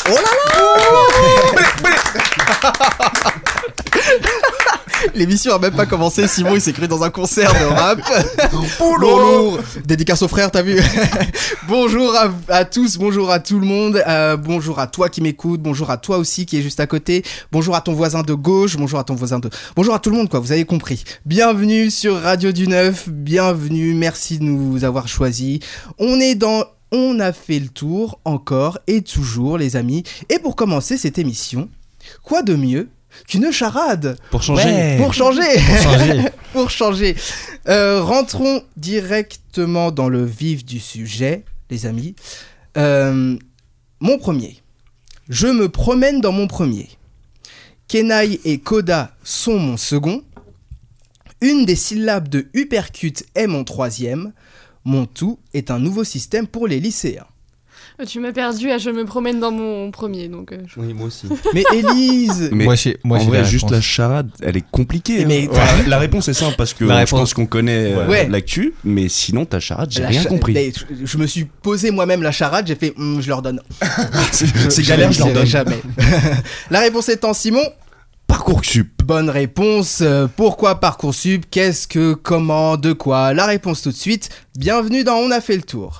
Oh là là. L'émission a même pas commencé, Simon il s'est cru dans un concert de rap. Bonjour. Dédicace aux frères, t'as vu. Bonjour à tous, bonjour à tout le monde, bonjour à toi qui m'écoute, bonjour à toi aussi qui est juste à côté, bonjour à ton voisin de gauche, bonjour à ton voisin de... Bonjour à tout le monde quoi, vous avez compris. Bienvenue sur Radio du Neuf, bienvenue, merci de nous avoir choisis. On a fait le tour encore et toujours les amis. Et pour commencer cette émission, quoi de mieux qu'une charade pour changer. Ouais. Pour changer. Pour changer. Rentrons directement dans le vif du sujet, les amis. Mon premier. Je me promène dans mon premier. Kenai et Koda sont mon second. Une des syllabes de Uppercut est mon troisième. Mon tout est un nouveau système pour les lycéens. Tu m'as perdu à je me promène dans mon premier, donc... Oui, moi aussi. Mais Élise... Mais moi, en vrai, juste la charade, elle est compliquée. Mais la réponse est simple, parce que je pense qu'on connaît l'actu, mais sinon, ta charade, j'ai rien compris. Je me suis posé moi-même la charade, j'ai fait, je leur donne. c'est galère, je leur donne jamais. La réponse étant Simon... Parcoursup. Bonne réponse. Pourquoi Parcoursup ? Qu'est-ce que, comment, de quoi ? La réponse tout de suite. Bienvenue dans On a fait le tour.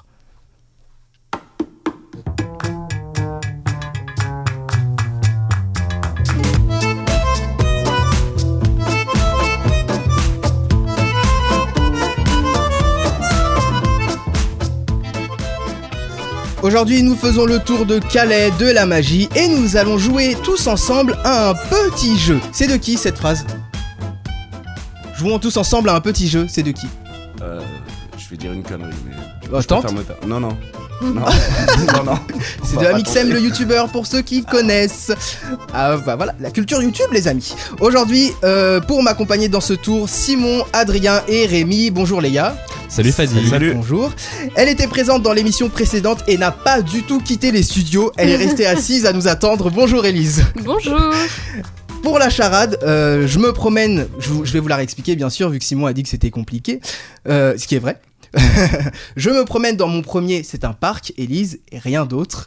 Aujourd'hui, nous faisons le tour de Calais, de la magie, et nous allons jouer tous ensemble à un petit jeu. C'est de qui cette phrase ? Jouons tous ensemble à un petit jeu, c'est de qui ? Je vais dire une connerie, mais... Tente ? Non. Non. C'est de Amixem, le youtubeur, pour ceux qui connaissent. Voilà, la culture YouTube, les amis. Aujourd'hui, pour m'accompagner dans ce tour, Simon, Adrien et Rémi. Bonjour les gars. Salut Fadi. Salut. Bonjour. Elle était présente dans l'émission précédente et n'a pas du tout quitté les studios. Elle est restée assise à nous attendre. Bonjour Élise. Bonjour. Pour la charade, je me promène. Je vais vous la réexpliquer bien sûr, vu que Simon a dit que c'était compliqué. Ce qui est vrai. Je me promène dans mon premier, c'est un parc, Élise, et rien d'autre.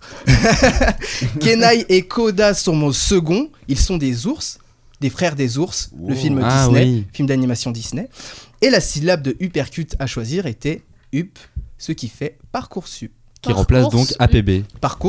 Kenai et Koda sont mon second. Ils sont des ours, des frères des ours, le film Disney, film d'animation Disney. Et la syllabe de Uppercut à choisir était Up, ce qui fait Parcoursup. Qui remplace donc APB.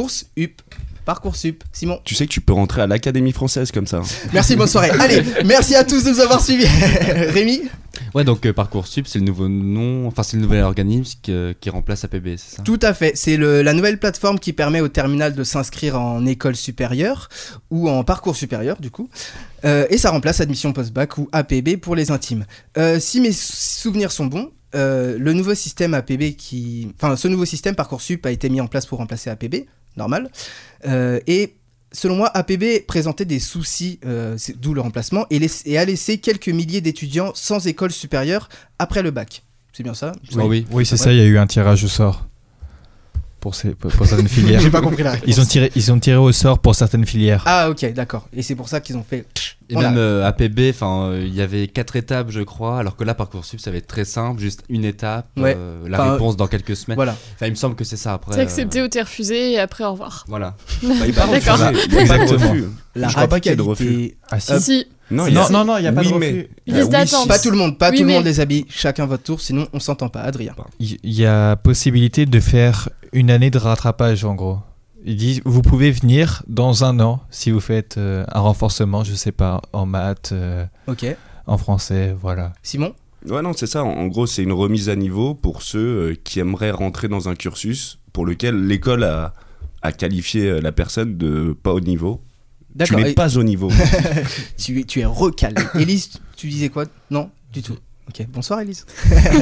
Parcoursup. Simon. Tu sais que tu peux rentrer à l'Académie française comme ça. Merci, bonne soirée. Allez, merci à tous de nous avoir suivis. Rémi. Ouais, donc Parcoursup, c'est le nouveau nom, enfin c'est le nouvel organisme qui remplace APB, c'est ça ? Tout à fait, c'est la nouvelle plateforme qui permet au terminal de s'inscrire en école supérieure ou en parcours supérieur du coup, et ça remplace admission post-bac ou APB pour les intimes. Si mes souvenirs sont bons, le nouveau système APB ce nouveau système Parcoursup a été mis en place pour remplacer APB, normal, et selon moi, APB présentait des soucis, d'où le remplacement, et a laissé quelques milliers d'étudiants sans école supérieure après le bac. C'est bien ça ? Oui, c'est ça, il y a eu un tirage au sort pour certaines filières. J'ai pas compris la réponse. Ils ont tiré au sort pour certaines filières. Ah ok, d'accord. Et c'est pour ça qu'ils ont fait... Et même APB, il y avait 4 étapes je crois, alors que là Parcoursup ça va être très simple, juste une étape, la réponse dans quelques semaines. Voilà. Il me semble que c'est ça après. C'est accepté ou t'es refusé et après au revoir. Voilà. D'accord. Exactement. La je crois pas qu'il y ait de refus. Ah si. Si. Non, il n'y a pas de refus. Liste d'attente. Pas tout le monde, les amis. Chacun votre tour, sinon on s'entend pas. Adrien. Il y a possibilité de faire une année de rattrapage en gros. Ils disent, vous pouvez venir dans un an si vous faites un renforcement, je sais pas, en maths, en français, voilà. Simon ? Ouais, non, c'est ça. En gros, c'est une remise à niveau pour ceux qui aimeraient rentrer dans un cursus pour lequel l'école a qualifié la personne de pas au niveau. D'accord. Tu n'es pas au niveau. tu es recalé. Élise, tu disais quoi ? Non, du tout. Ok, bonsoir Élise. Adrien ?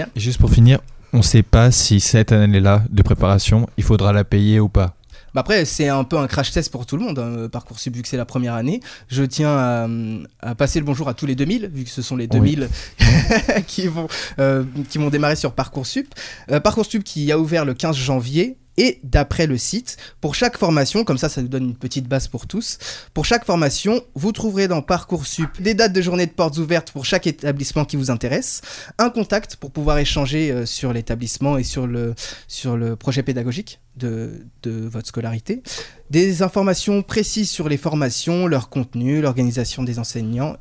Juste pour finir, on ne sait pas si cette année-là de préparation, il faudra la payer ou pas. Après, c'est un peu un crash test pour tout le monde, hein, Parcoursup, vu que c'est la première année. Je tiens à passer le bonjour à tous les 2000, vu que ce sont les 2000 qui vont démarrer sur Parcoursup. Parcoursup qui a ouvert le 15 janvier Et d'après le site, pour chaque formation, comme ça nous donne une petite base pour tous, pour chaque formation, vous trouverez dans Parcoursup des dates de journée de portes ouvertes pour chaque établissement qui vous intéresse, un contact pour pouvoir échanger sur l'établissement et sur le projet pédagogique de votre scolarité, des informations précises sur les formations, leur contenu, l'organisation des enseignements,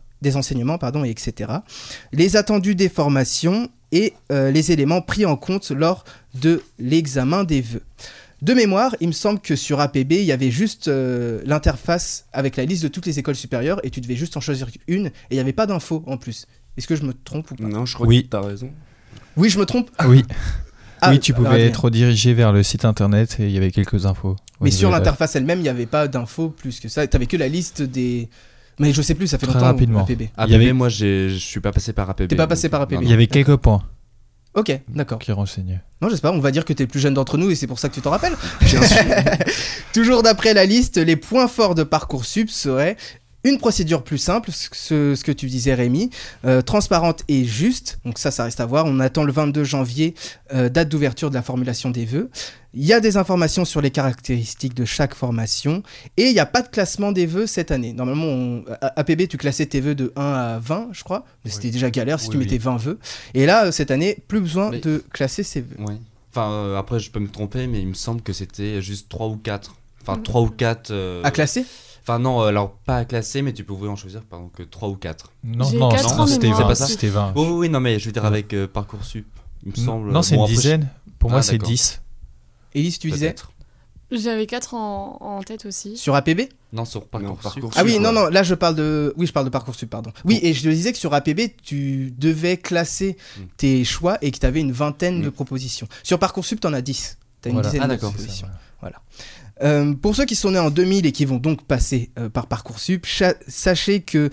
etc. Les attendus des formations et les éléments pris en compte lors de l'examen des vœux. De mémoire, il me semble que sur APB, il y avait juste l'interface avec la liste de toutes les écoles supérieures et tu devais juste en choisir une et il n'y avait pas d'infos en plus. Est-ce que je me trompe ou pas ? Non, je crois que tu as raison. Oui, je me trompe ? Oui. Oui, tu pouvais être redirigé vers le site internet et il y avait quelques infos. Mais sur l'interface elle-même, il n'y avait pas d'infos plus que ça. Tu n'avais que la liste des... Mais je sais plus, ça fait très longtemps. Rapidement. APB. APB, moi je suis pas passé par APB. T'es pas passé par APB. Il y avait quelques points. Ok, d'accord. Qui renseignaient. Non, j'espère, on va dire que t'es le plus jeune d'entre nous et c'est pour ça que tu t'en rappelles. Bien sûr. Toujours d'après la liste, les points forts de Parcoursup seraient une procédure plus simple, ce que tu disais Rémi, transparente et juste, donc ça reste à voir. On attend le 22 janvier, date d'ouverture de la formulation des vœux. Il y a des informations sur les caractéristiques de chaque formation et il n'y a pas de classement des vœux cette année. Normalement, APB, tu classais tes vœux de 1 à 20, je crois, mais c'était déjà galère si tu mettais 20 vœux. Et là, cette année, plus besoin de classer ses vœux. Oui. Enfin, après, je peux me tromper, mais il me semble que c'était juste 3 ou 4. Enfin, 3 ou 4... À classer ? Enfin non, alors pas à classer, mais tu pouvais en choisir par exemple que 3 ou 4. Non, c'était 20. Pas ça. C'était 20. Oui, non, mais je veux dire avec Parcoursup, il me semble. Non, c'est une dizaine. Pour moi, c'est 10. Élise, tu disais ? J'avais 4 en tête aussi. Sur APB ? Non, sur Parcoursup. Ah oui, non, là je parle de Parcoursup, pardon. Oui, et je te disais que sur APB, tu devais classer tes choix et que tu avais une vingtaine de propositions. Sur Parcoursup, tu en as 10. Tu as une dizaine de propositions. Voilà. Pour ceux qui sont nés en 2000 et qui vont donc passer par Parcoursup, sachez que,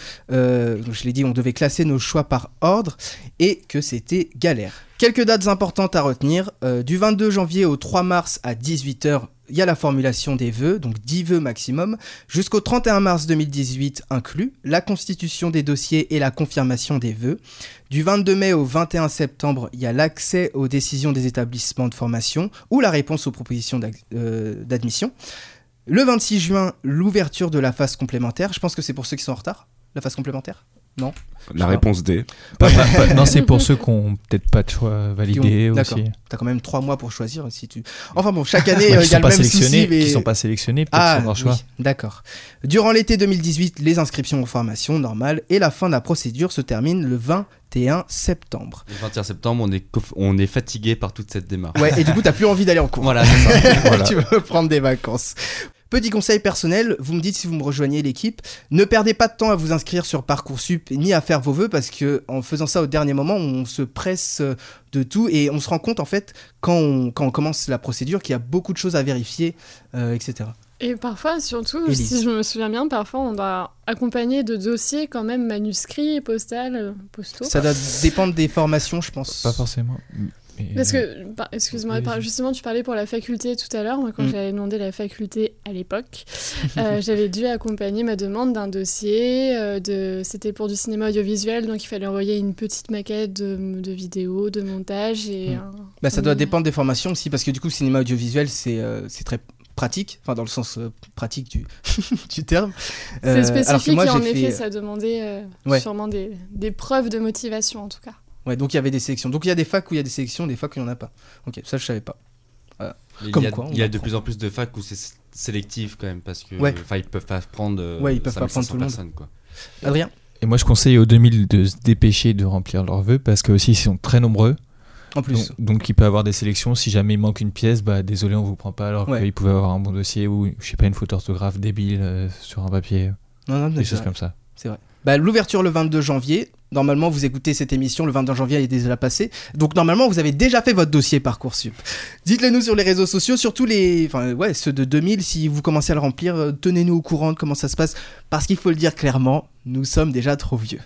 je l'ai dit, on devait classer nos choix par ordre et que c'était galère. Quelques dates importantes à retenir. Du 22 janvier au 3 mars à 18h, il y a la formulation des vœux, donc 10 vœux maximum. Jusqu'au 31 mars 2018 inclus, la constitution des dossiers et la confirmation des vœux. Du 22 mai au 21 septembre, il y a l'accès aux décisions des établissements de formation ou la réponse aux propositions d'admission. Le 26 juin, l'ouverture de la phase complémentaire. Je pense que c'est pour ceux qui sont en retard, la phase complémentaire ? Non. La réponse D. Non, c'est pour ceux qui n'ont peut-être pas de choix validés aussi. D'accord. T'as quand même 3 mois pour choisir si tu. Enfin bon, chaque année, il y a le même souci. Mais... Qui sont pas sélectionnés, peut-être leur choix. Oui, d'accord. Durant l'été 2018, les inscriptions aux formations normales et la fin de la procédure se termine le 21 septembre. Le 21 septembre, on est fatigué par toute cette démarche. Ouais, et du coup, t'as plus envie d'aller en cours. Voilà, c'est ça. Voilà. Tu veux prendre des vacances. Petit conseil personnel, vous me dites si vous me rejoignez l'équipe, ne perdez pas de temps à vous inscrire sur Parcoursup ni à faire vos vœux parce que en faisant ça au dernier moment, on se presse de tout et on se rend compte en fait quand on commence la procédure qu'il y a beaucoup de choses à vérifier, etc. Et parfois, surtout, Élise. si je me souviens bien, parfois on doit accompagner de dossiers quand même manuscrits, postaux. Ça doit dépendre des formations, je pense. Pas forcément. Parce que, excuse-moi, justement, tu parlais pour la faculté tout à l'heure. Moi, quand j'avais demandé la faculté à l'époque, j'avais dû accompagner ma demande d'un dossier. C'était pour du cinéma audiovisuel, donc il fallait envoyer une petite maquette de vidéo, de montage. Ça doit dépendre des formations aussi, parce que du coup, le cinéma audiovisuel, c'est très pratique, enfin dans le sens pratique du terme. C'est spécifique et en effet, ça demandait sûrement des preuves de motivation en tout cas. Ouais, donc il y avait des sélections. Donc il y a des facs où il y a des sélections, des facs où il n'y en a pas. Ok, ça je savais pas. Voilà. Il y a de plus en plus de facs où c'est sélectif quand même parce que ils peuvent pas prendre. Ils peuvent pas prendre tout le monde. Quoi. Adrien. Et moi je conseille aux 2000 de se dépêcher de remplir leurs vœux parce que aussi ils sont très nombreux. En plus. Donc il peut y avoir des sélections. Si jamais il manque une pièce, désolé on vous prend pas alors qu'il pouvait avoir un bon dossier ou je sais pas une faute d'orthographe débile sur un papier. Non, des choses comme ça. C'est vrai. L'ouverture le 22 janvier. Normalement, vous écoutez cette émission, le 22 janvier, elle est déjà passée. Donc, normalement, vous avez déjà fait votre dossier Parcoursup. Dites-le nous sur les réseaux sociaux, surtout ceux de 2000. Si vous commencez à le remplir, tenez-nous au courant de comment ça se passe. Parce qu'il faut le dire clairement, nous sommes déjà trop vieux.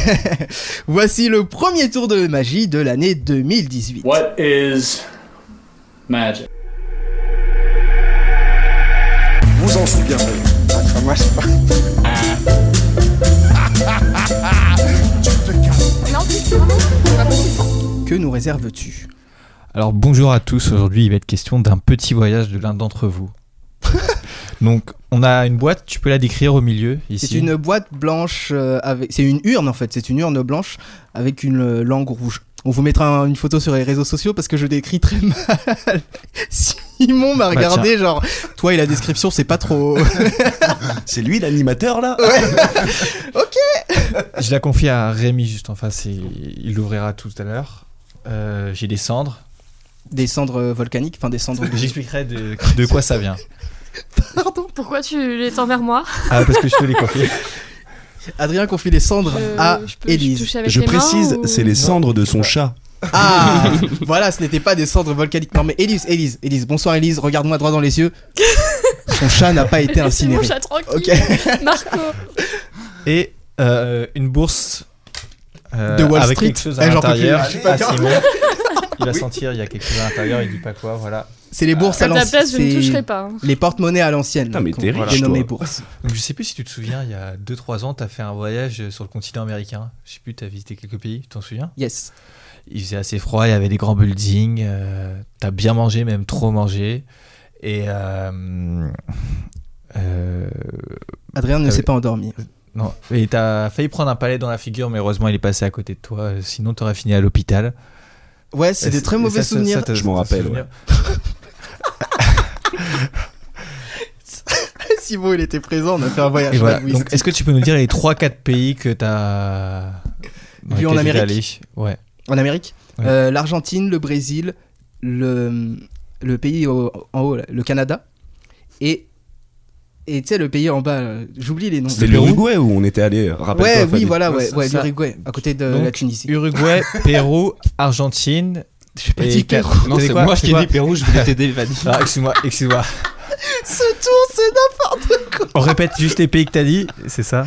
Voici le premier tour de magie de l'année 2018. What is magic? Vous en souviendrez. Ça marche pas. Que nous réserves-tu ? Alors bonjour à tous, aujourd'hui il va être question d'un petit voyage de l'un d'entre vous. Donc on a une boîte, tu peux la décrire au milieu ici. C'est une boîte blanche, c'est une urne en fait, c'est une urne blanche avec une langue rouge. On vous mettra une photo sur les réseaux sociaux parce que je décris très mal. Simon m'a regardé genre, toi et la description c'est pas trop... C'est lui l'animateur là? Ouais. Ok. Je la confie à Rémi juste en face et il l'ouvrira tout à l'heure. J'ai des cendres. Des cendres volcaniques, enfin des cendres... J'expliquerai de quoi ça vient. Pardon. Pourquoi tu les tends vers moi? Ah parce que je te les confie. Adrien confie les cendres à Élise. Je précise, c'est les cendres de son chat. Ah, voilà, ce n'était pas des cendres volcaniques. Non mais Élise, bonsoir Élise, regarde-moi droit dans les yeux. Son chat n'a pas été incinéré. C'est mon chat tranquille. Ok. Marco. Et une bourse de Wall avec Street. quelque chose à l'intérieur. Je suis pas Simon. Il va sentir, il y a quelque chose à l'intérieur, il dit pas quoi, voilà. C'est les bourses à À ta l'ancienne. place, je ne toucherai pas. Les porte-monnaies à l'ancienne. Putain, mais t'es riche, dénommées toi. bourses. Donc, je sais plus si tu te souviens, il y a 2-3 ans, tu as fait un voyage sur le continent américain. Je sais plus, tu as visité quelques pays, tu t'en souviens? Yes. Il faisait assez froid, il y avait des grands buildings, tu as bien mangé, même trop mangé. Et. Adrien ne s'est pas endormi. Non, et tu as failli prendre un palais dans la figure, mais heureusement, il est passé à côté de toi. Sinon, tu aurais fini à l'hôpital. Ouais, c'est des très mauvais souvenirs. Je m'en rappelle, ouais. Simon, il était présent, on a fait un voyage. Et voilà. Donc, est-ce que tu peux nous dire les 3-4 pays que tu as vu en Amérique? Ouais. En Amérique, ouais. L'Argentine, le Brésil, le pays en haut, là, le Canada, et tu sais, le pays en bas, j'oublie les noms. C'était l'Uruguay où on était allé, rappelle-toi. Ouais, oui, Fabien. voilà, l'Uruguay, à côté de Donc, la Tunisie. Uruguay, Pérou, Argentine. J'ai pas et dit Pérou. Non, c'est moi qui ai dit Pérou, je voulais t'aider, Vanny. Ah, excuse-moi. Ce tour, c'est n'importe quoi. On répète juste les pays que t'as dit, c'est ça?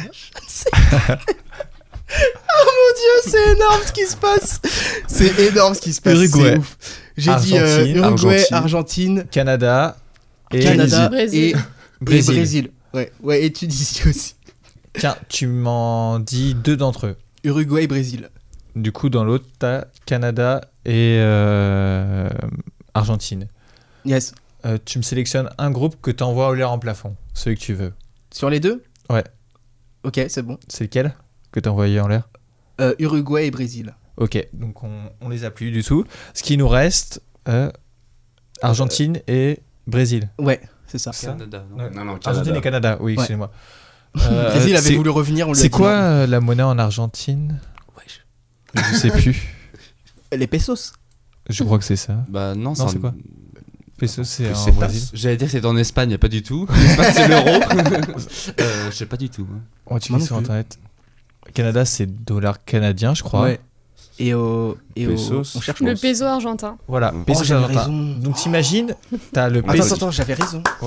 Oh mon dieu, c'est énorme ce qui se passe. C'est énorme ce qui se passe. Uruguay. C'est ouf. J'ai dit Argentine, Uruguay, Argentine, Canada et Brésil. Brésil. Ouais, et Tunisie aussi. Tiens, tu m'en dis 2 d'entre eux. Uruguay et Brésil. Du coup, dans l'autre, t'as Canada et Argentine. Yes. Tu me sélectionnes un groupe que t'envoies au l'air en plafond, celui que tu veux. Sur les deux? Ouais. Ok, c'est bon. C'est lequel que t'as envoyé en l'air? Uruguay et Brésil. Ok, donc on les a plus du tout. Ce qui nous reste, Argentine et Brésil. Ouais, c'est ça. Canada, non. Ouais. Non, Argentine et Canada, oui, Ouais. excusez-moi. Brésil avait voulu revenir, on lui a C'est dit quoi la monnaie en Argentine? Je sais plus. non. Les pesos. Je crois que c'est ça. Bah non, Non, c'est quoi? Peso, c'est en C'est Brésil. J'allais dire que c'est en Espagne, mais pas du tout. L'Espagne, c'est l'euro. Je sais pas du tout. Ouais, tu Moi mets non sur plus. internet. Canada, c'est $canadien, je crois. Ouais. Et on Pesos. cherche Le peso argentin. Voilà, Oh, peso j'avais argentin. raison. Donc t'imagines, t'as le peso. Attends, j'avais raison. Oh.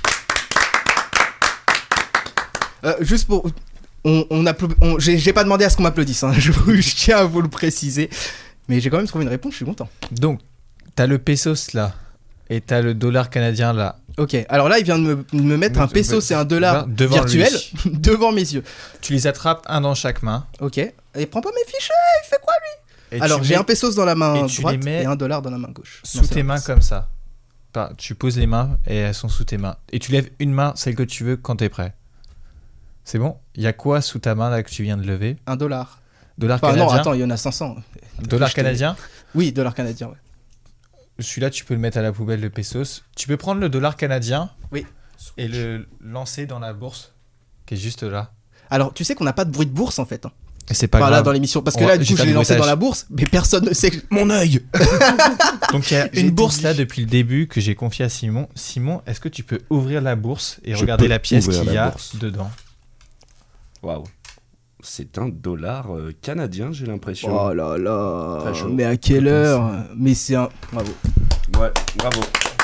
Juste pour... J'ai pas demandé à ce qu'on m'applaudisse, hein. Je tiens à vous le préciser. Mais j'ai quand même trouvé une réponse, je suis content. Donc, t'as le pesos là, et t'as le dollar canadien là. Ok, alors là, il vient de me mettre un peso, c'est un dollar devant virtuel lui. devant mes yeux. Tu les attrapes un dans chaque main. Ok, et prends pas mes fichiers, il fait quoi lui? Et Alors, tu j'ai mets un pesos dans la main et tu droite les mets et un dollar dans la main gauche. sous Non, c'est tes mains l'inverse. comme ça. Enfin, tu poses les mains et elles sont sous tes mains. Et tu lèves une main, celle que tu veux, quand t'es prêt. C'est bon? Il y a quoi sous ta main là que tu viens de lever? Un dollar. Dollar Enfin, canadien? non, attends, il y en a 500. Dollar Je t'ai- canadien? Oui, dollar canadien, ouais. Celui-là, tu peux le mettre à la poubelle, le pesos. Tu peux prendre le dollar canadien Oui. et le lancer dans la bourse qui est juste là. Alors, tu sais qu'on n'a pas de bruit de bourse en fait. Hein. Et c'est pas Enfin, là, grave. dans l'émission. Parce que On là, va- du j'ai coup, pas je l'ai de lancé dans bruitage. la bourse, mais personne ne sait. Mon œil. Donc il y a J'ai une tout bourse dit. là depuis le début que j'ai confiée à Simon. Simon, est-ce que tu peux ouvrir la bourse et Je regarder peux la pièce ouvrir qu'il y la a bourse. dedans? Waouh. C'est un dollar canadien, j'ai l'impression. Oh là là. Très chaud. Mais à quelle heure? Mais c'est un. Bravo. Ouais, bravo.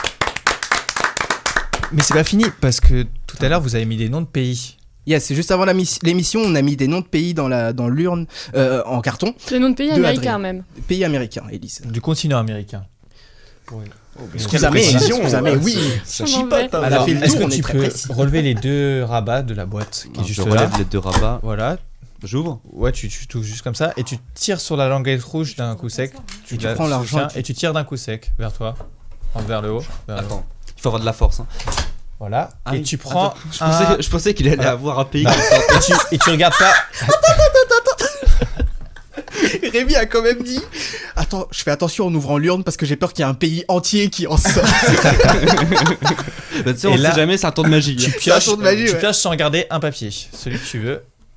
Mais c'est pas fini parce que tout à l'heure vous avez mis des noms de pays. Yes, c'est juste avant l'émission, on a mis des noms de pays dans l'urne en carton. Les noms de pays De américains Adrien. même. Pays américains, Élise. Du continent américain. Excusez-moi, oui. Ça Je chie m'en pas. vais. ta- Elle a Alors, fait le est-ce tour, que on est tu très peux précis. relever les 2 rabats de la boîte qui est Je juste là? relève les 2 rabats. Voilà. J'ouvre. Ouais, tu touches juste comme ça et tu tires sur la languette rouge d'un coup sec. Tu prends l'argent et tu tires d'un coup sec vers toi, vers le haut. Attends, il faut avoir de la force. Hein. Voilà. Et tu prends. Attends, je pensais qu'il allait avoir un pays. Et tu regardes pas. Attends. Rémi a quand même dit attends, je fais attention en ouvrant l'urne parce que j'ai peur qu'il y ait un pays entier qui en sorte. Tu sais, on sait jamais, c'est un tour de magie. Tu pioches sans regarder un papier, celui que tu veux.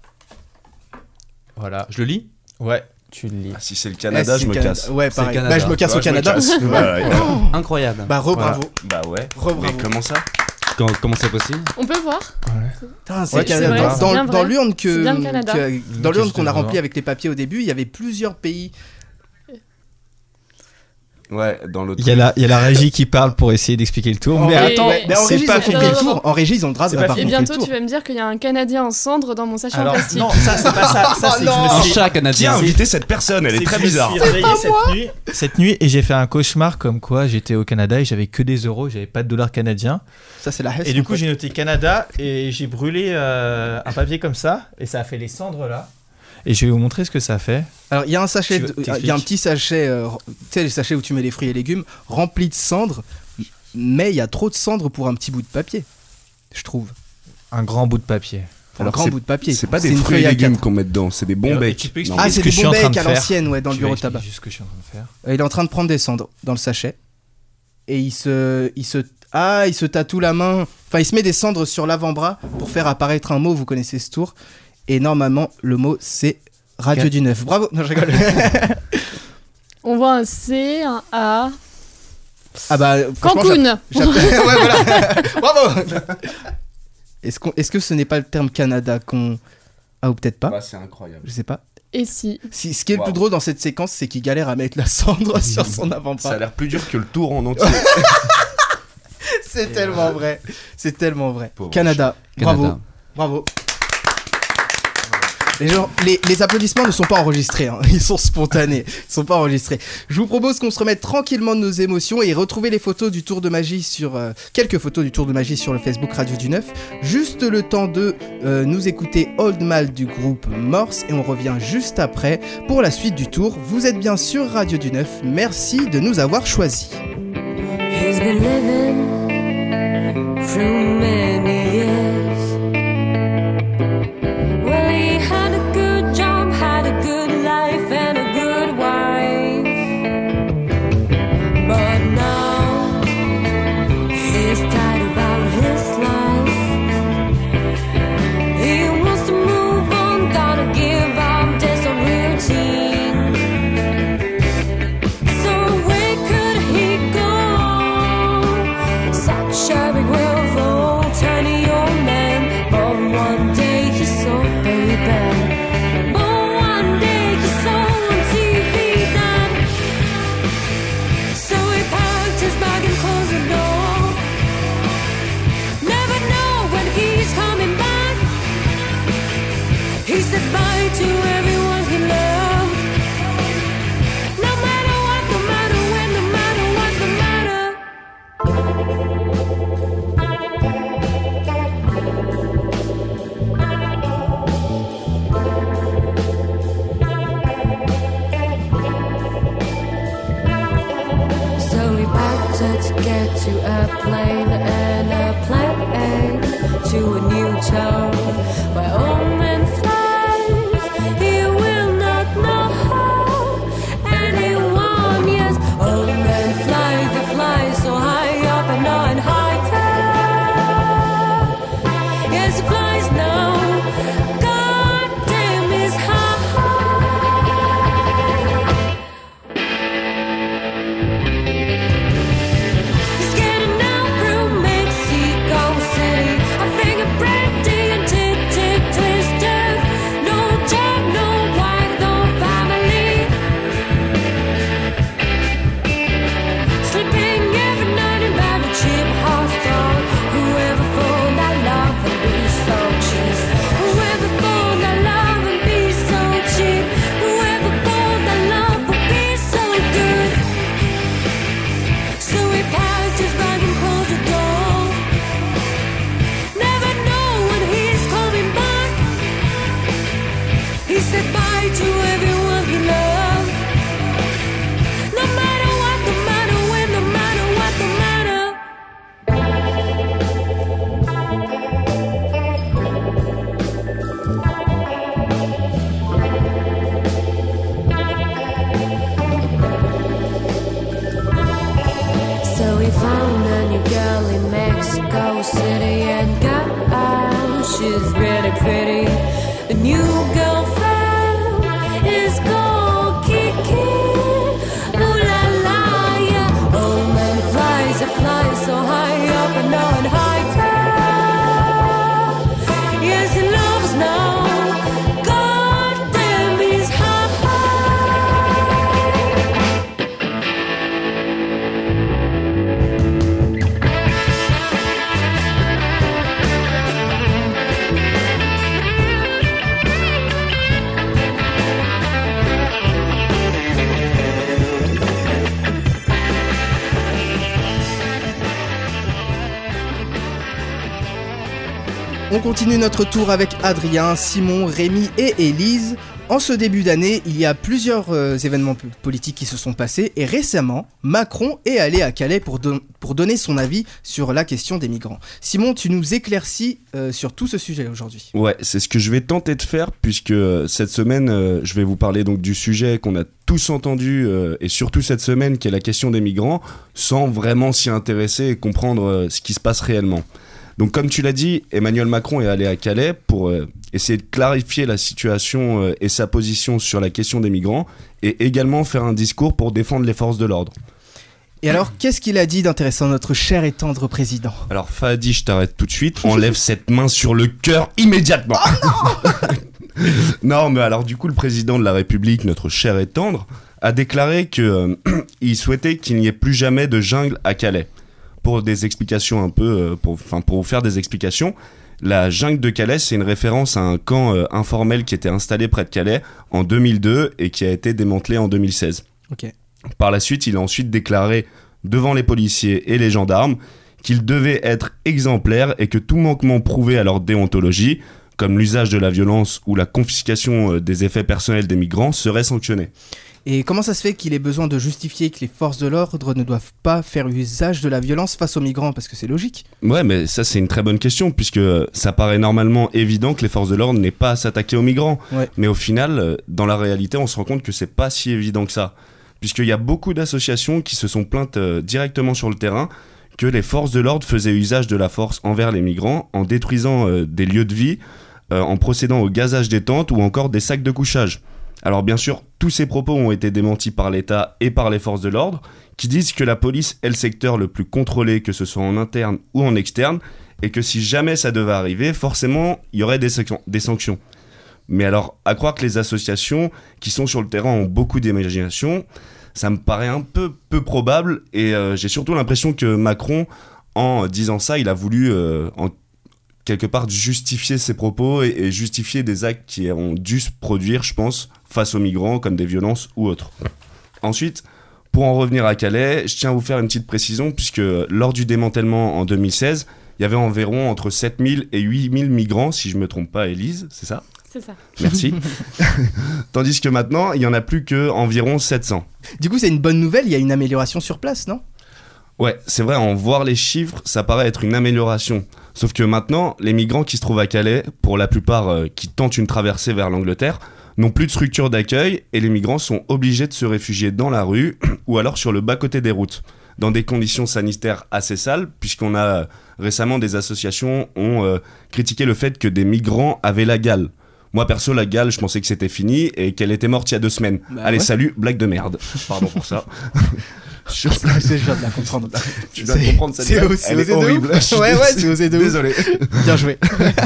Voilà. Je le lis ? Ouais, tu le lis. Si c'est le Canada, je me casse. Ouais, pareil. Bah, je me casse au Canada. Incroyable. Bah, bravo. Bah ouais. Bravo. Mais comment ça ? Comment c'est possible ? On peut voir. Putain, c'est Canada. Vrai, dans l'urne dans l'urne qu'on a remplie avec les papiers au début, il y avait plusieurs pays. Ouais, dans l'autre. Il y a la régie qui parle pour essayer d'expliquer le tour. Mais attends, c'est pas fait le tour. En régie, ils ont le droit de Et bientôt, tu vas me dire qu'il y a un Canadien en cendre dans mon sachet en plastique. Non, ça c'est pas ça. Ça c'est un chat canadien. Qui a invité cette personne ? Elle est très bizarre. Je me suis réveillé cette nuit et j'ai fait un cauchemar comme quoi j'étais au Canada et j'avais que des euros, j'avais pas de dollars canadiens. Ça c'est la Hesse. Et du coup, j'ai noté Canada et j'ai brûlé un papier comme ça et ça a fait les cendres là. Et je vais vous montrer ce que ça fait. Alors, il y a un sachet, il y a un petit sachet, tu sais, les sachets où tu mets les fruits et légumes, rempli de cendres, mais il y a trop de cendres pour un petit bout de papier, je trouve. Un grand bout de papier. Un grand bout de papier. C'est pas des fruits et légumes qu'on met dedans, c'est des bons becs. Ah, c'est des bons becs à l'ancienne, ouais, dans le bureau de tabac. Juste ce que je suis en train de faire. Il est en train de prendre des cendres dans le sachet. Et il se tatoue la main. Enfin, il se met des cendres sur l'avant-bras pour faire apparaître un mot, vous connaissez ce tour. Et normalement, le mot, c'est Radio du 9. Bravo. Non, je rigole. On voit un C, un A. Ah bah, Cancun. Ouais, voilà. Bravo. Est-ce que ce n'est pas le terme Canada qu'on... Ah, ou peut-être pas. Bah, c'est incroyable. Je sais pas. Et si. Ce qui est le plus drôle dans cette séquence, c'est qu'il galère à mettre la cendre sur son avant-bras. Ça a l'air plus dur que le tour en entier. C'est tellement vrai. C'est tellement vrai. Pauvre Canada. Bravo. Bravo. Les applaudissements ne sont pas enregistrés, hein. Ils sont spontanés, ils sont pas enregistrés. Je vous propose qu'on se remette tranquillement de nos émotions et retrouver les photos du tour de magie quelques photos du tour de magie sur le Facebook Radio du 9. Juste le temps de nous écouter Old Mal du groupe Morse et on revient juste après pour la suite du tour. Vous êtes bien sur Radio du 9, merci de nous avoir choisis. He's been living through many years. Well, he had a good job, had a good life and a good wife. But now he's tired about his life. He wants to move on, gotta give up this routine. So where could he go? Such a big world for tiny old man. But one day he saw baby. But one day he saw on TV that. So he packed his bag and closed the door. Never know when he's coming back. He said bye to everyone he loved. No matter what, no matter when, no matter what, no matter. So we packed it to get to a plane and a plane to a new town. My old man flies, he will not know anyone. Yes, old man flies, he flies so high up and on high town. Yes, he flies now. God damn, he's high. He's getting out through Mexico City. I think I'm pretty and twisted. Mexico City and girl, she's really pretty. The new girlfriend is called Kiki. Ooh la la, yeah. Oh man flies, it flies so high up and down high tide. Yes, he loves now. God damn, he's high. On continue notre tour avec Adrien, Simon, Rémi et Élise. En ce début d'année, il y a plusieurs événements politiques qui se sont passés et récemment, Macron est allé à Calais pour donner son avis sur la question des migrants. Simon, tu nous éclaircis sur tout ce sujet aujourd'hui. Ouais, c'est ce que je vais tenter de faire puisque cette semaine, je vais vous parler donc du sujet qu'on a tous entendu et surtout cette semaine qui est la question des migrants sans vraiment s'y intéresser et comprendre ce qui se passe réellement. Donc comme tu l'as dit, Emmanuel Macron est allé à Calais pour essayer de clarifier la situation et sa position sur la question des migrants et également faire un discours pour défendre les forces de l'ordre. Et alors, qu'est-ce qu'il a dit d'intéressant, notre cher et tendre président ? Alors Fadi, je t'arrête tout de suite, enlève cette main sur le cœur immédiatement. Non, mais alors du coup, le président de la République, notre cher et tendre, a déclaré qu'il souhaitait qu'il n'y ait plus jamais de jungle à Calais. Pour des explications un peu, pour vous faire des explications, la jungle de Calais, c'est une référence à un camp informel qui était installé près de Calais en 2002 et qui a été démantelé en 2016. Ok. Par la suite, il a ensuite déclaré devant les policiers et les gendarmes qu'ils devaient être exemplaires et que tout manquement prouvé à leur déontologie, comme l'usage de la violence ou la confiscation des effets personnels des migrants, serait sanctionné. Et comment ça se fait qu'il ait besoin de justifier que les forces de l'ordre ne doivent pas faire usage de la violence face aux migrants ? Parce que c'est logique. Ouais, mais ça c'est une très bonne question, puisque ça paraît normalement évident que les forces de l'ordre n'aient pas à s'attaquer aux migrants. Ouais. Mais au final, dans la réalité, on se rend compte que c'est pas si évident que ça. Puisqu'il y a beaucoup d'associations qui se sont plaintes directement sur le terrain que les forces de l'ordre faisaient usage de la force envers les migrants en détruisant des lieux de vie, en procédant au gazage des tentes ou encore des sacs de couchage. Alors bien sûr, tous ces propos ont été démentis par l'État et par les forces de l'ordre, qui disent que la police est le secteur le plus contrôlé, que ce soit en interne ou en externe, et que si jamais ça devait arriver, forcément, il y aurait des sanctions. Mais alors, à croire que les associations qui sont sur le terrain ont beaucoup d'imagination, ça me paraît un peu probable, et j'ai surtout l'impression que Macron, en disant ça, il a voulu quelque part justifier ses propos et justifier des actes qui ont dû se produire, je pense, face aux migrants, comme des violences ou autres. Ensuite, pour en revenir à Calais, je tiens à vous faire une petite précision, puisque lors du démantèlement en 2016, il y avait environ entre 7000 et 8000 migrants, si je ne me trompe pas, Élise, c'est ça ? C'est ça. Merci. Tandis que maintenant, il n'y en a plus qu'environ 700. Du coup, c'est une bonne nouvelle, il y a une amélioration sur place, non ? Ouais, c'est vrai, en voir les chiffres, ça paraît être une amélioration. Sauf que maintenant, les migrants qui se trouvent à Calais, pour la plupart qui tentent une traversée vers l'Angleterre, n'ont plus de structure d'accueil et les migrants sont obligés de se réfugier dans la rue ou alors sur le bas-côté des routes, dans des conditions sanitaires assez sales, puisqu'on a récemment des associations ont critiqué le fait que des migrants avaient la gale. Moi perso, la gale, je pensais que c'était fini et qu'elle était morte il y a 2 semaines. Bah Allez, ouais. salut, blague de merde. Pardon pour ça. Je viens de la comprendre. Tu dois comprendre cette C'est blague. osé Elle est de horrible. ouf. Ouais, c'est osé de ouf. Désolé. Bien joué.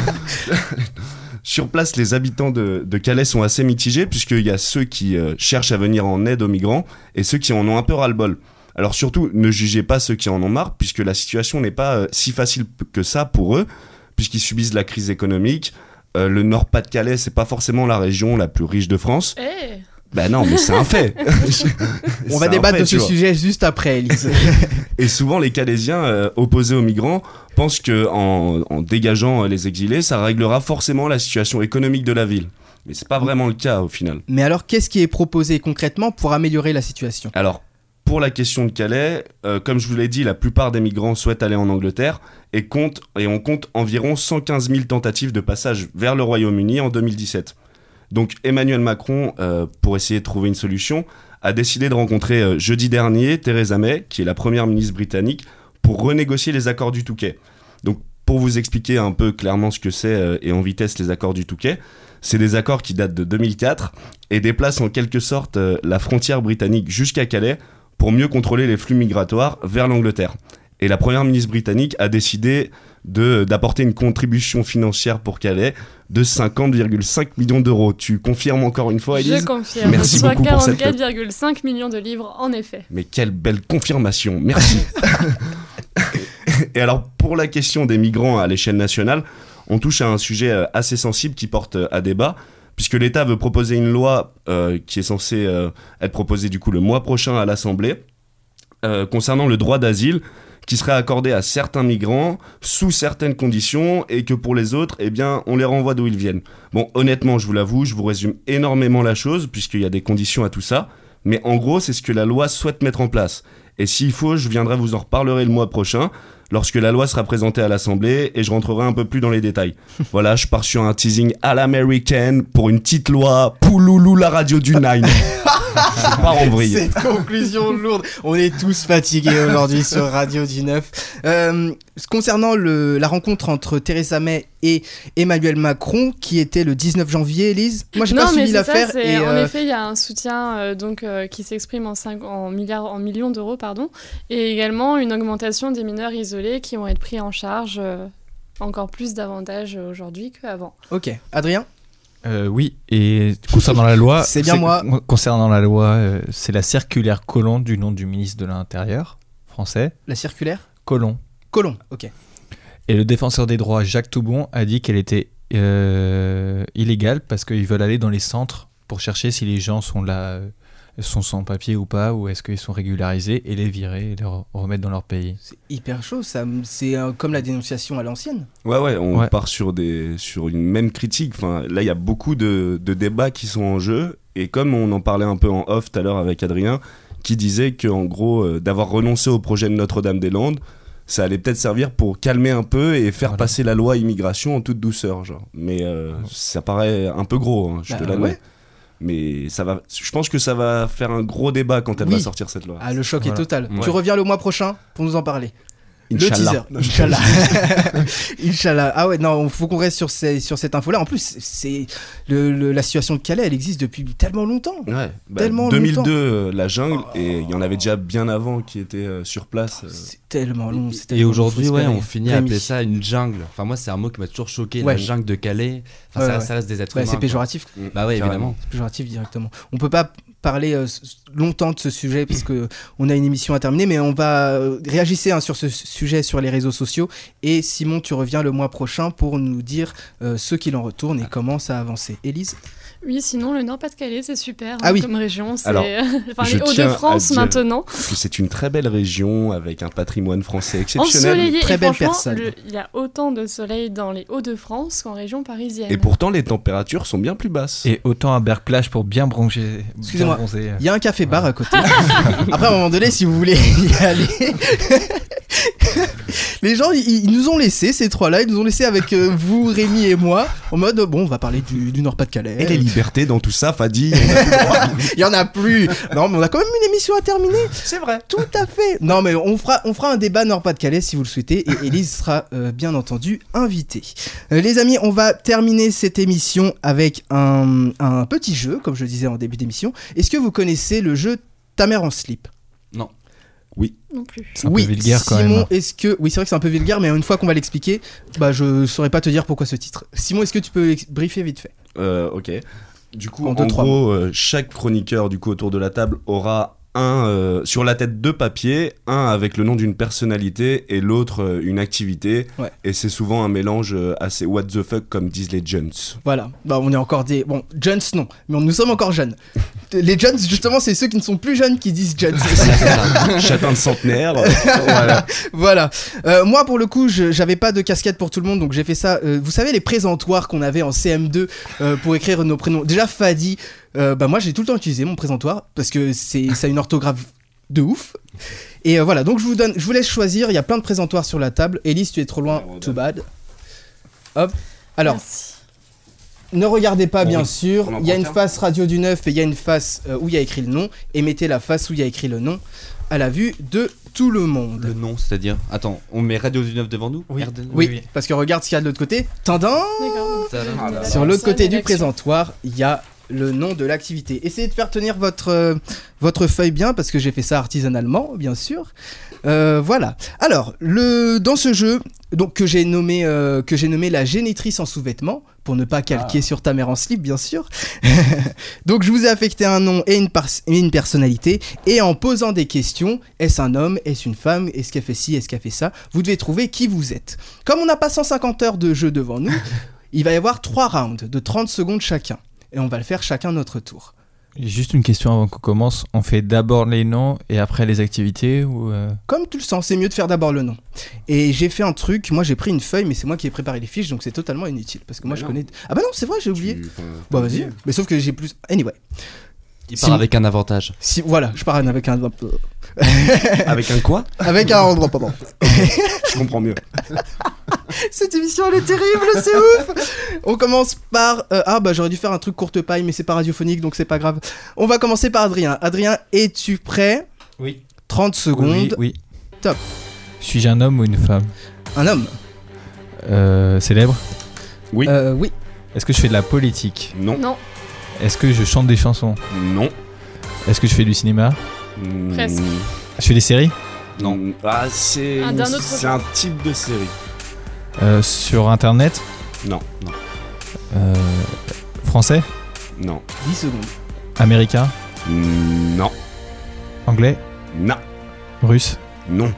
Sur place, les habitants de Calais sont assez mitigés, puisqu'il y a ceux qui cherchent à venir en aide aux migrants et ceux qui en ont un peu ras-le-bol. Alors surtout, ne jugez pas ceux qui en ont marre, puisque la situation n'est pas si facile que ça pour eux, puisqu'ils subissent la crise économique. Le Nord-Pas-de-Calais, c'est pas forcément la région la plus riche de France. Hey. Bah non, mais c'est un fait. On va débattre de ce sujet juste après, Élise. Et souvent, les Calaisiens opposés aux migrants pensent que en dégageant les exilés, ça réglera forcément la situation économique de la ville. Mais c'est pas vraiment le cas au final. Mais alors, qu'est-ce qui est proposé concrètement pour améliorer la situation ? Alors, pour la question de Calais, comme je vous l'ai dit, la plupart des migrants souhaitent aller en Angleterre et on compte environ 115 000 tentatives de passage vers le Royaume-Uni en 2017. Donc Emmanuel Macron, pour essayer de trouver une solution, a décidé de rencontrer jeudi dernier Theresa May, qui est la première ministre britannique, pour renégocier les accords du Touquet. Donc pour vous expliquer un peu clairement ce que c'est et en vitesse les accords du Touquet, c'est des accords qui datent de 2004 et déplacent en quelque sorte la frontière britannique jusqu'à Calais pour mieux contrôler les flux migratoires vers l'Angleterre. Et la première ministre britannique a décidé d'apporter une contribution financière pour Calais de 50,5 millions d'euros. Tu confirmes encore une fois, Élise ? Je confirme. Merci soit beaucoup pour cette... 44,5 millions de livres, en effet. Mais quelle belle confirmation, merci. Et alors, pour la question des migrants à l'échelle nationale, on touche à un sujet assez sensible qui porte à débat, puisque l'État veut proposer une loi qui est censée être proposée du coup le mois prochain à l'Assemblée, concernant le droit d'asile, qui serait accordé à certains migrants sous certaines conditions et que pour les autres, eh bien, on les renvoie d'où ils viennent. Bon, honnêtement, je vous l'avoue, je vous résume énormément la chose puisqu'il y a des conditions à tout ça, mais en gros, c'est ce que la loi souhaite mettre en place. Et s'il faut, je viendrai vous en reparlerai le mois prochain lorsque la loi sera présentée à l'Assemblée et je rentrerai un peu plus dans les détails. Voilà, je pars sur un teasing à l'américaine pour une petite loi Pouloulou la radio du Nine. Je pars en vrille. Cette conclusion lourde. On est tous fatigués aujourd'hui sur Radio du 9. Concernant la rencontre entre Theresa May et Emmanuel Macron, qui était le 19 janvier, Élise. Moi, j'ai pas suivi l'affaire. En effet, il y a un soutien qui s'exprime en millions d'euros, et également une augmentation des mineurs isolés qui vont être pris en charge encore plus davantage aujourd'hui qu'avant. Ok. Adrien ? Oui, et concernant la loi, c'est bien moi. Concernant la loi, c'est la circulaire Collomb du nom du ministre de l'Intérieur français. La circulaire ? Collomb, ok. Et le défenseur des droits Jacques Toubon a dit qu'elle était illégale parce qu'ils veulent aller dans les centres pour chercher si les gens sont là, sont sans papier ou pas, ou est-ce qu'ils sont régularisés, et les virer et les remettre dans leur pays. C'est hyper chaud, ça. C'est comme la dénonciation à l'ancienne. Ouais, on part sur une même critique. Enfin, là, il y a beaucoup de débats qui sont en jeu, et comme on en parlait un peu en off tout à l'heure avec Adrien, qui disait qu'en gros, d'avoir renoncé au projet de Notre-Dame-des-Landes, ça allait peut-être servir pour calmer un peu et faire passer la loi immigration en toute douceur, genre. Mais ça paraît un peu gros, hein, je te l'admets. Ouais. Mais je pense que ça va faire un gros débat quand elle va sortir cette loi. Ah, le choc est total. Ouais. Tu reviens le mois prochain pour nous en parler. Inch'Allah. Le teaser. Inch'Allah. Inch'Allah. Ah ouais, non, faut qu'on reste sur cette info-là. En plus, c'est la situation de Calais, elle existe depuis tellement longtemps. Ouais. Tellement 2002, la jungle, et il y en avait déjà bien avant qui étaient sur place. C'est tellement long. Et aujourd'hui, on finit à appeler ça une jungle. Enfin, moi, c'est un mot qui m'a toujours choqué, la jungle de Calais. Enfin, ça reste des êtres humains. C'est péjoratif. Bah ouais, évidemment. C'est péjoratif directement. On peut pas parler longtemps de ce sujet parce que on a une émission à terminer, mais on va réagir sur ce sujet sur les réseaux sociaux. Et Simon, tu reviens le mois prochain pour nous dire ce qu'il en retourne et comment ça a avancé. Élise ? Oui, sinon le Nord-Pas-de-Calais, c'est super comme région. C'est alors, les Hauts-de-France maintenant. Que c'est une très belle région avec un patrimoine français exceptionnel. Ensoleillé, très belle personne. Il y a autant de soleil dans les Hauts-de-France qu'en région parisienne. Et pourtant, les températures sont bien plus basses. Et autant à Berck-Plage pour bien bronzer. Excusez-moi, il y a un café-bar à côté. Après, à un moment donné, si vous voulez y aller... Les gens, ils nous ont laissé, ces trois-là, ils nous ont laissé avec vous, Rémi et moi, en mode, bon, on va parler du Nord-Pas-de-Calais. Et les libertés dans tout ça, Fadi. Il y en a plus. Non, mais on a quand même une émission à terminer. C'est vrai. Tout à fait. Non, mais on fera un débat Nord-Pas-de-Calais si vous le souhaitez, et Élise sera bien entendu invitée. Les amis, on va terminer cette émission avec un petit jeu, comme je le disais en début d'émission. Est-ce que vous connaissez le jeu Ta mère en slip ? Non. Oui. Non plus. C'est un peu vulgaire quand Simon, même. est-ce que... Oui, c'est vrai que c'est un peu vulgaire, mais une fois qu'on va l'expliquer, je saurais pas te dire pourquoi ce titre. Simon, est-ce que tu peux briefer vite fait ? Ok. Du coup, en gros, chaque chroniqueur du coup autour de la table aura sur la tête deux papiers, un avec le nom d'une personnalité et l'autre une activité. Ouais. Et c'est souvent un mélange assez what the fuck comme disent les jeunes. Voilà, on est encore des... Bon, jeunes non, mais nous sommes encore jeunes. Les jeunes, justement, c'est ceux qui ne sont plus jeunes qui disent jeunes. Chacun de centenaire. Voilà. Moi, pour le coup, j'avais pas de casquette pour tout le monde, donc j'ai fait ça. Vous savez, les présentoirs qu'on avait en CM2 pour écrire nos prénoms. Déjà, Fadi, moi, j'ai tout le temps utilisé mon présentoir parce que ça a une orthographe de ouf. Et voilà, donc je vous laisse choisir. Il y a plein de présentoirs sur la table. Élise, tu es trop loin. Too bad. Hop. Alors. Merci. Ne regardez pas, bien sûr. Il y a une face Radio du 9 et il y a une face où il y a écrit le nom. Et mettez la face où il y a écrit le nom. à la vue de tout le monde. Le nom, c'est-à-dire. Attends, on met Radio du 9 devant nous? Oui, parce que regarde ce qu'il y a de l'autre côté. Tandin. D'accord. Sur l'autre côté du présentoir, il y a le nom de l'activité. Essayez de faire tenir votre feuille bien, parce que j'ai fait ça artisanalement, bien sûr. Voilà. Alors, dans ce jeu, donc que j'ai nommé la génitrice en sous-vêtements, pour ne pas calquer sur ta mère en slip, bien sûr. Donc, je vous ai affecté un nom et une personnalité, et en posant des questions, est-ce un homme, est-ce une femme, est-ce qu'elle fait ci, est-ce qu'elle fait ça, vous devez trouver qui vous êtes. Comme on n'a pas 150 heures de jeu devant nous, il va y avoir 3 rounds de 30 secondes chacun. Et on va le faire chacun notre tour. Juste une question avant qu'on commence. On fait d'abord les noms et après les activités ou Comme tu le sens, c'est mieux de faire d'abord le nom. Et j'ai fait un truc, moi j'ai pris une feuille, mais c'est moi qui ai préparé les fiches, donc c'est totalement inutile. Parce que moi je connais... Ah bah non, c'est vrai, j'ai oublié. Bah vas-y, mais sauf que j'ai plus... Anyway. Il part avec un avantage. Voilà, je pars avec un... Avec un quoi? Avec un... Pardon. Je comprends mieux. Cette émission elle est terrible, c'est ouf. On commence par... j'aurais dû faire un truc courte paille, mais c'est pas radiophonique, donc c'est pas grave. On va commencer par Adrien. Adrien, es-tu prêt? Oui. 30 secondes. Oui. Top. Suis-je un homme ou une femme? Un homme. Célèbre? Oui. Oui. Est-ce que je fais de la politique? Non. Non. Est-ce que je chante des chansons? Non. Est-ce que je fais du cinéma? Presque. Je fais des séries? Non. Ah, c'est D'un autre c'est genre. un type de série. Sur internet? Non. Français? Non. 10 secondes. Américain? Non. Anglais? Non. Russe? Non.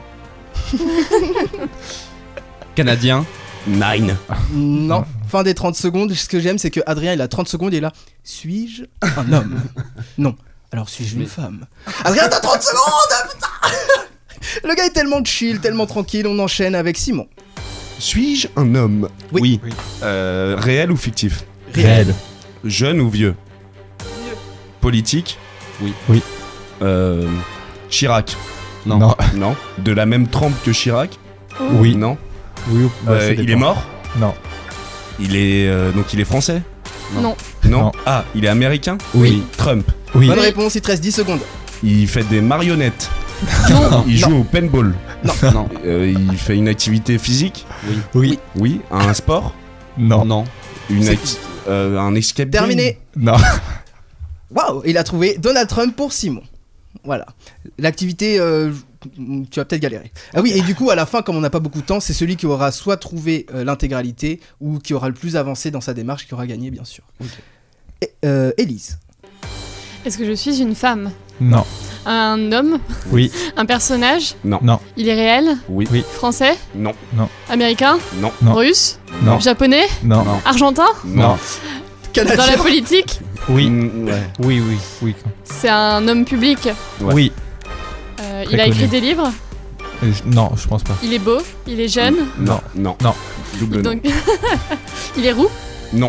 Canadien? Nine. Non. Fin des 30 secondes. Ce que j'aime, c'est que Adrien, il a 30 secondes et il est là. Suis-je un homme? Non. Alors suis-je une femme? Adrien, t'as 30 secondes, putain. Le gars est tellement chill, tellement tranquille. On enchaîne avec Simon. Suis-je un homme? Oui. Réel ou fictif? Réel. Jeune ou vieux? Politique? Oui. Chirac? Non. Non. De la même trempe que Chirac? Oui. Non. Oui. Il est mort? Non. Il est donc il est français? Non. Non. Ah, il est américain? Oui. Trump. Oui. Bonne réponse, il te reste 10 secondes. Il fait des marionnettes. Non. Il joue au paintball. Non. Il fait une activité physique? Oui. Oui. Un sport? Non. Un escape game? Terminé. Non. Waouh, il a trouvé Donald Trump pour Simon. Voilà. L'activité, tu vas peut-être galérer. Ah oui, et du coup, à la fin, comme on n'a pas beaucoup de temps, c'est celui qui aura soit trouvé l'intégralité ou qui aura le plus avancé dans sa démarche qui aura gagné, bien sûr. Okay. Élise. Est-ce que je suis une femme? Non. Un homme? Oui. Un personnage? Non. Non. Il est réel? Oui. Français? Non. Américain? Non. Non. Russe? Non. Japonais? Non. Argentin? Non. Canadien. Dans la politique? Oui. Ouais. Oui. C'est un homme public? Ouais. Oui. Il a écrit connu. des livres? Non, je pense pas. Il est beau? Il est jeune? Non. Double non. Donc... Il est roux? Non.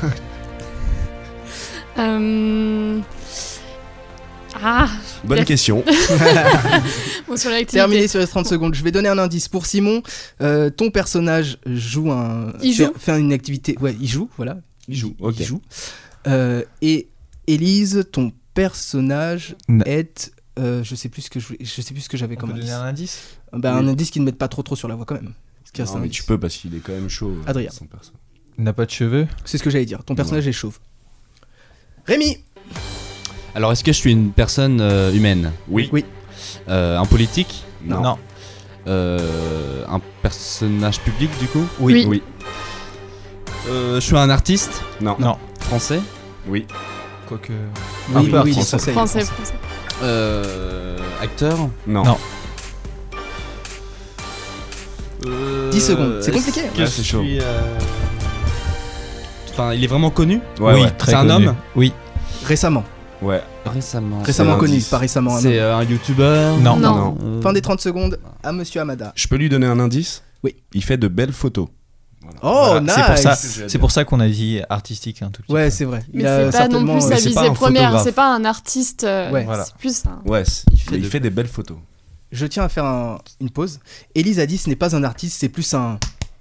Bonne question. Bon, sur l'activité. Terminé sur les 30 secondes. Je vais donner un indice pour Simon. Ton personnage joue fait une activité. Ouais, il joue, voilà. Il joue, ok. Il joue. Et Élise, ton personnage est. Je sais plus ce que j'avais comme indice. Donner un indice? Un indice qui ne mette pas trop sur la voix quand même. Non, mais tu peux parce qu'il est quand même chaud. Adrien. Il n'a pas de cheveux? C'est ce que j'allais dire. Ton personnage est chauve. Rémi. Alors, est-ce que je suis une personne humaine? Oui. Un politique? Non. Un personnage public du coup? Oui. Je suis un artiste? Non. Français? Oui. Quoique. Oui, peu il est français. français. Acteur? Non. 10 secondes. C'est compliqué. Ouais, c'est chaud. Enfin, il est vraiment connu? Ouais. C'est un homme? Oui. Récemment. Ouais. Récemment connu, pas récemment un C'est homme. un youtubeur? Non. Fin des 30 secondes à Monsieur Hamada. Je peux lui donner un indice? Oui. Il fait de belles photos. Voilà. Oh, Voilà, nice. c'est pour ça qu'on a dit artistique un tout petit Ouais, peu. c'est vrai. Mais c'est pas non plus sa c'est pas visée un première, photographe. c'est pas un artiste. Ouais. Voilà. C'est plus un. Ouais, il fait des belles photos. Je tiens à faire une pause. Élise a dit ce n'est pas un artiste, c'est plus un.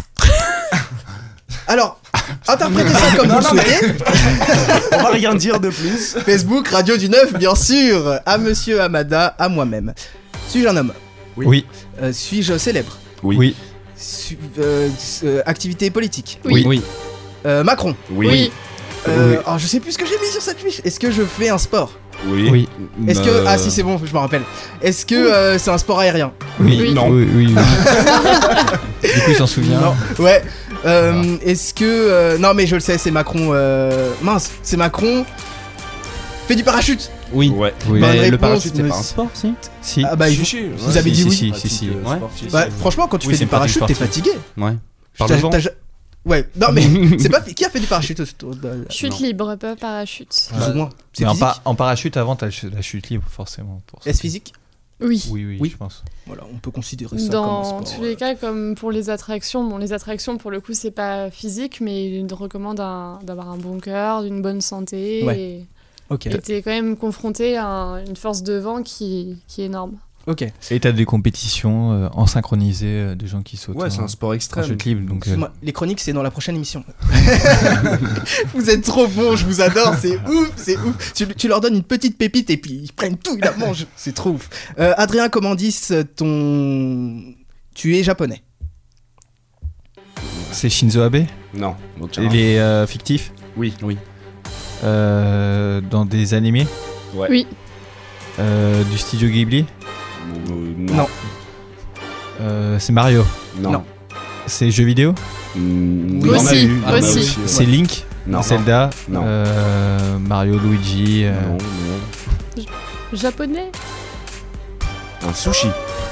Alors, interprétez ça comme vous le souhaitez. On va rien dire de plus. Facebook, Radio du 9, bien sûr. À Monsieur Hamada, à moi-même. Suis-je un homme? Oui. Suis-je célèbre? Oui. Activité politique? Oui. Macron? Oui. Oh, je sais plus ce que j'ai mis sur cette fiche. Est-ce que je fais un sport? Oui. Est-ce que... Ah si, c'est bon, je me rappelle. Est-ce que c'est un sport aérien? Oui. Non. Oui. Du coup, il s'en souvient. Non. Ouais. Est-ce que... Non, mais je le sais, c'est Macron... Mince, c'est Macron... Fait du parachute. Oui. Ouais. Oui. Bonne Mais le réponse, parachute, c'est pas un monsieur. sport, si? Si. Ah bah, il faut... Vous avez dit oui. Si. Ouais. Bah, franchement, quand tu Oui, fais c'est du une pratique parachute, t'es sportive. fatigué. Ouais. T'as- Parle-en. t'as- Ouais, non mais c'est pas... Qui a fait du parachute autour de... Chute libre, pas parachute. Plus ou moins. C'est Mais physique. en parachute, avant, t'as la chute libre, forcément. Pour ça. Est-ce physique? Oui. Oui, je pense. Voilà, on peut considérer ça Dans comme un sport. tous les cas, comme pour les attractions, les attractions pour le coup c'est pas physique, mais il recommande d'avoir un bon cœur, d'une bonne santé, Ouais. Ok. et t'es quand même confronté à une force de vent qui est énorme. Ok. Et t'as des compétitions en synchronisé de gens qui sautent. Ouais, c'est un sport en extrême. chute libre. Donc, Excuse-moi, les chroniques c'est dans la prochaine émission. Vous êtes trop bons, je vous adore, c'est ouf. Tu leur donnes une petite pépite et puis ils prennent tout, ils la mangent, c'est trop ouf. Adrien Commandis, tu es japonais. c'est Shinzo Abe. Non. Il est fictif. Oui. Dans des animés. Ouais. Oui. Du studio Ghibli. Non. C'est Mario. Non. C'est jeux vidéo. Oui, Aussi, on a eu. aussi. On a aussi, ouais. C'est Link. Non. Zelda. Non. Mario, Luigi. Non. Japonais. Un sushi.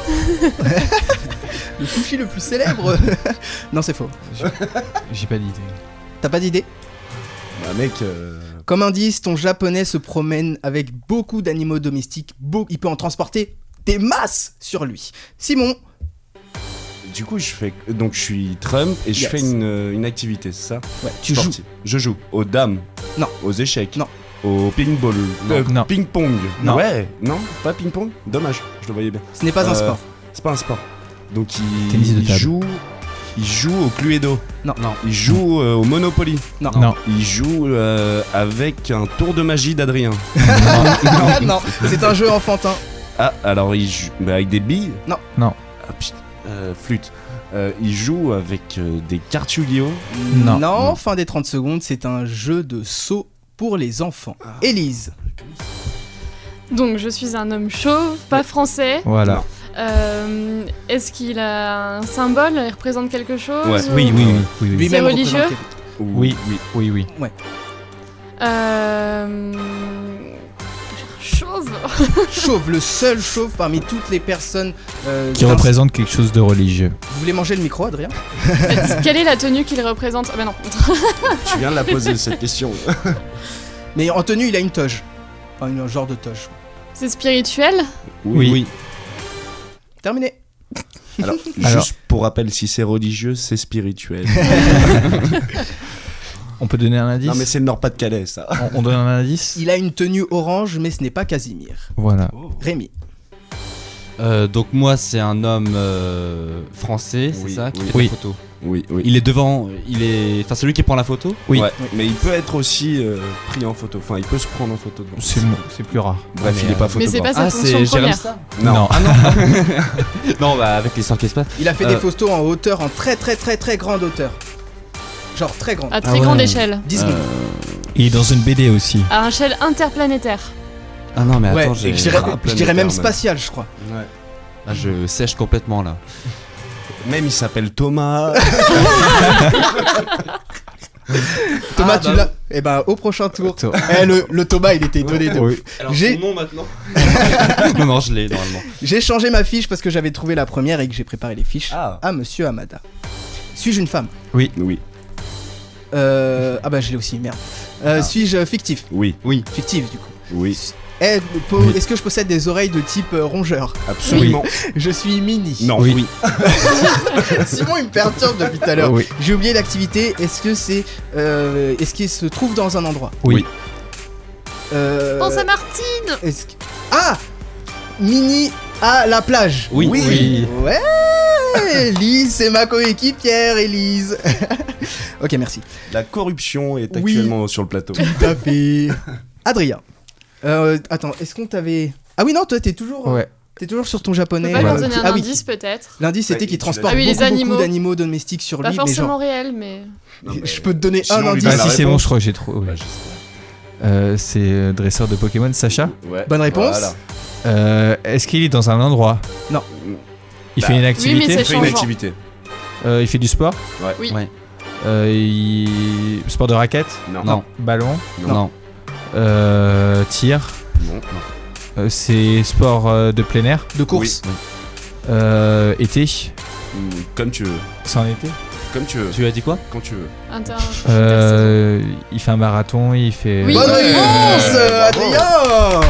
Le sushi le plus célèbre. Non, c'est faux. J'ai pas d'idée. T'as pas d'idée? Bah mec. Comme indice, ton japonais se promène avec beaucoup d'animaux domestiques. Il peut en transporter des masses sur lui. Simon, Du coup, je suis Trump et je Yes. fais une activité, c'est ça? ouais, tu joues. Sportive. Je joue aux dames. Non. Aux échecs. Non. Au ping-ball. Non. Ping-pong. Non. Ouais. Non, pas ping-pong. Dommage. Je le voyais bien. Ce n'est pas un sport. C'est pas un sport. Donc Tennis de il table. joue au Cluedo. Non. Il joue au Monopoly. Non. Non. Il joue avec un tour de magie d'Adrien. Non, c'est un jeu enfantin. Ah, alors il joue avec des billes. Non. Non. Ah, putain, flûte. Il joue avec des cartes Yu-Gi-Oh. Non. Fin des 30 secondes, c'est un jeu de saut pour les enfants. Élise. Donc je suis un homme chauve, pas français. Voilà. Non. Est-ce qu'il a un symbole? Il représente quelque chose? Ouais. ou- Oui. Lui-même religieux représente Oui. Chauve. Chauve, le seul chauve parmi toutes les personnes Qui représente quelque chose de religieux. Vous voulez manger le micro, Adrien? Quelle est la tenue qu'il représente? Ah bah non. Tu viens de la poser cette question. Mais en tenue, il a une toge. Enfin, un genre de toge. C'est spirituel? Oui. Terminé. Alors, Alors. juste pour rappel, si c'est religieux, c'est spirituel. On peut donner un indice. Non, mais c'est le Nord-Pas-de-Calais, ça. On donne un indice. Il a une tenue orange, mais ce n'est pas Casimir. Voilà. Rémi. Donc moi c'est un homme français, c'est Oui, ça, qui oui. fait Oui. la photo. Oui. Il est devant, enfin celui qui prend la photo. Oui. Ouais, mais il peut être aussi pris en photo. Enfin, il peut se prendre en photo devant. C'est plus rare. Bref, Mais, il est pas Mais c'est photographe. pas sa fonction Jérém première. Star. Non. Ah non. Non, bah avec l'histoire qui se passe. Il a fait des photos en hauteur, en très grande hauteur. Genre très grande. À très ouais. grande échelle. 10 secondes. Il est dans une BD aussi. À échelle interplanétaire. Ah non, mais Ouais, attends, et je dirais même spatial, je crois. Ouais. Ah, je sèche complètement là. Même il s'appelle Thomas. Thomas, Ah, tu bah l'as. Et ben, au prochain tour. Le Thomas, il était donné de Oui. ouf. Alors J'ai- son nom maintenant. Non, je l'ai normalement. J'ai changé ma fiche parce que j'avais trouvé la première et que j'ai préparé les fiches Ah. à Monsieur Hamada. Suis-je une femme? Oui. Ah bah je l'ai aussi, merde. Suis-je fictif? Oui. Fictif du coup. Oui. Est-ce que je possède des oreilles de type rongeur? Absolument. Je suis mini. Non. Oui. Simon il me perturbe depuis tout à l'heure. Oui. J'ai oublié l'activité. Est-ce qu'il se trouve dans un endroit? Oui. Pense à Martine. Ah, mini à la plage. Oui. Oui. Ouais. Lise, c'est ma coéquipière, Elise. Ok, merci. La corruption est Oui. actuellement sur le plateau. Tout à fait. Adrien. Attends, est-ce qu'on t'avait... Ah oui, non, toi t'es toujours... Ouais. T'es toujours sur ton japonais. On peut pas leur voilà. donner un indice peut-être. L'indice c'était qu'il transporte beaucoup d'animaux domestiques sur lui. Pas forcément genre... réel, mais. Je peux te donner un indice. Ah si c'est bon, je crois que j'ai trop. C'est dresseur de Pokémon, Sacha. Ouais. Bonne réponse. Voilà. Est-ce qu'il est dans un endroit? Non. Il fait une activité. Oui, mais Il fait une activité. Il fait du sport. Oui. Ouais. Sport de raquette. Non. Ballon. Non. Tir. Non. C'est sport de plein air. De course. Oui. Été. Comme tu veux. C'est en été. Comme tu veux. Tu as dit quoi? Quand tu veux. Il fait un marathon, il fait... Oui. Bonne réponse, Bravo. Adrien.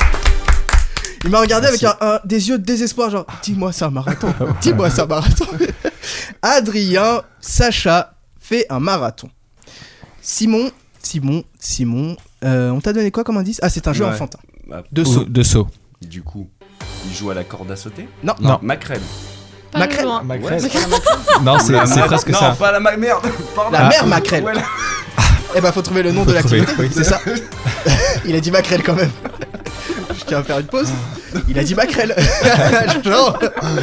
Il m'a regardé avec des yeux de désespoir, genre dis-moi c'est un marathon, dis-moi c'est un marathon. Adrien, Sacha fait un marathon. Simon, on t'a donné quoi comme indice? Ah, c'est un jeu enfantin. De saut. De saut. Du coup, il joue à la corde à sauter? Non. Maquerelle. Pas Macrel. loin. Macrel. Non, c'est presque non, ça. Non, pas la merde. La mère Macrel. Ouais, Eh ben faut trouver le nom de l'activité, oui. c'est ça. Il a dit Macrel quand même. Je tiens à faire une pause. Il a dit Macrel. Genre.